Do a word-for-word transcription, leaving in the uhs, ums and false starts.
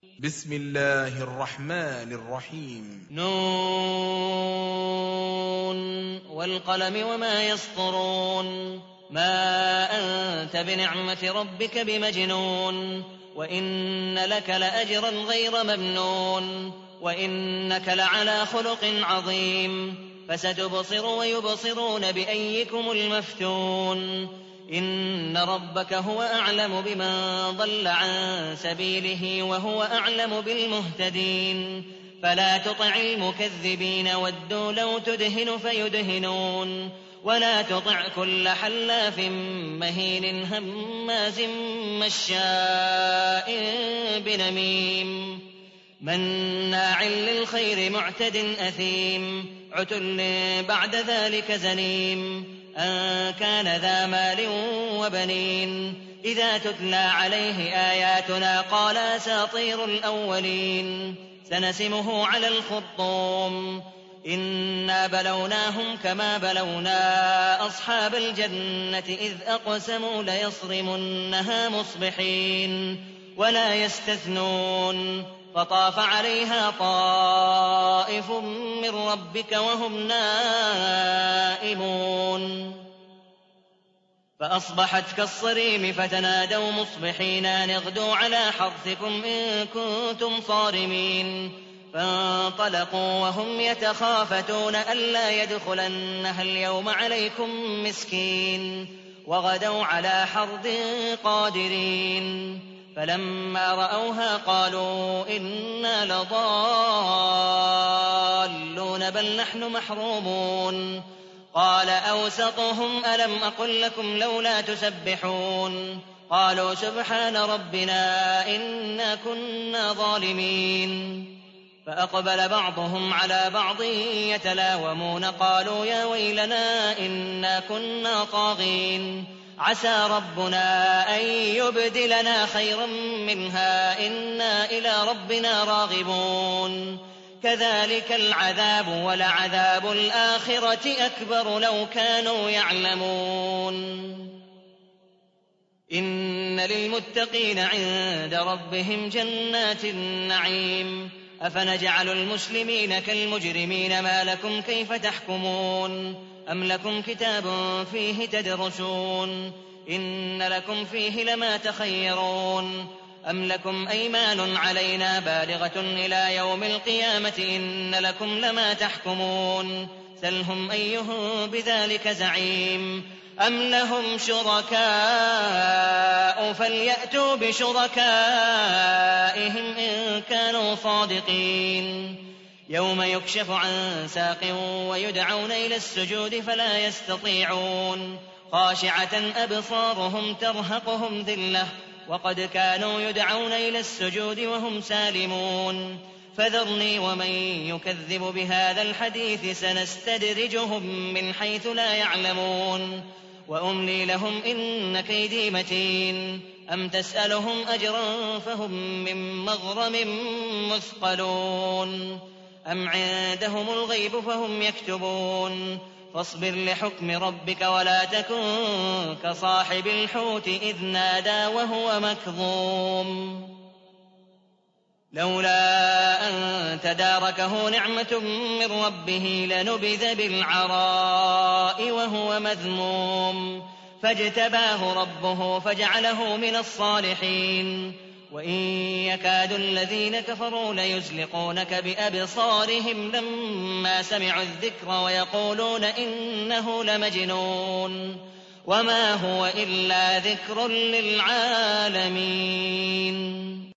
بسم الله الرحمن الرحيم. نون والقلم وما يسطرون ما أنت بنعمة ربك بمجنون وإن لك لأجرا غير ممنون وإنك لعلى خلق عظيم فستبصر ويبصرون بأيكم المفتون إن ربك هو أعلم بمن ضل عن سبيله وهو أعلم بالمهتدين فلا تطع المكذبين ودوا لو تدهن فيدهنون ولا تطع كل حلاف مهين هماز مشاء بنميم مناع للخير معتد أثيم عتل بعد ذلك زنيم أن كان ذا مال وبنين إذا تتلى عليه آياتنا قال أساطير الأولين سنسمه على الخرطوم إنا بلوناهم كما بلونا أصحاب الجنة إذ أقسموا ليصرمنها مصبحين ولا يستثنون فطاف عليها طائف من ربك وهم نائمون فأصبحت كالصريم فتنادوا مصبحين أن اغدوا على حرثكم إن كنتم صارمين فانطلقوا وهم يتخافتون ألا يدخلنها اليوم عليكم مسكين وغدوا على حرد قادرين فلما رأوها قالوا إنا لضالون بل نحن محرومون قال أوسطهم ألم أقل لكم لولا تسبحون قالوا سبحان ربنا إنا كنا ظالمين فأقبل بعضهم على بعض يتلاومون قالوا يا ويلنا إنا كنا طاغين عسى ربنا أن يبدلنا خيرا منها إنا إلى ربنا راغبون كذلك العذاب ولعذاب الآخرة أكبر لو كانوا يعلمون إن للمتقين عند ربهم جنات النعيم أفنجعل المسلمين كالمجرمين ما لكم كيف تحكمون أم لكم كتاب فيه تدرسون إن لكم فيه لما تخيرون أم لكم أيمان علينا بالغة إلى يوم القيامة إن لكم لما تحكمون سلهم أيهم بذلك زعيم أم لهم شركاء فليأتوا بشركائهم إن كانوا صادقين يوم يكشف عن ساق ويدعون إلى السجود فلا يستطيعون خاشعة أبصارهم ترهقهم ذلة وقد كانوا يدعون إلى السجود وهم سالمون فذرني ومن يكذب بهذا الحديث سنستدرجهم من حيث لا يعلمون وأملي لهم إن كيدي متين أم تسألهم أجرا فهم من مغرم مثقلون أم عندهم الغيب فهم يكتبون فاصبر لحكم ربك ولا تكن كصاحب الحوت إذ نادى وهو مكظوم لولا أن تداركه نعمة من ربه لنبذ بالعراء وهو مذموم فاجتباه ربه فجعله من الصالحين وإن يكاد الذين كفروا ليزلقونك بأبصارهم لما سمعوا الذكر ويقولون إنه لمجنون وما هو إلا ذكر للعالمين.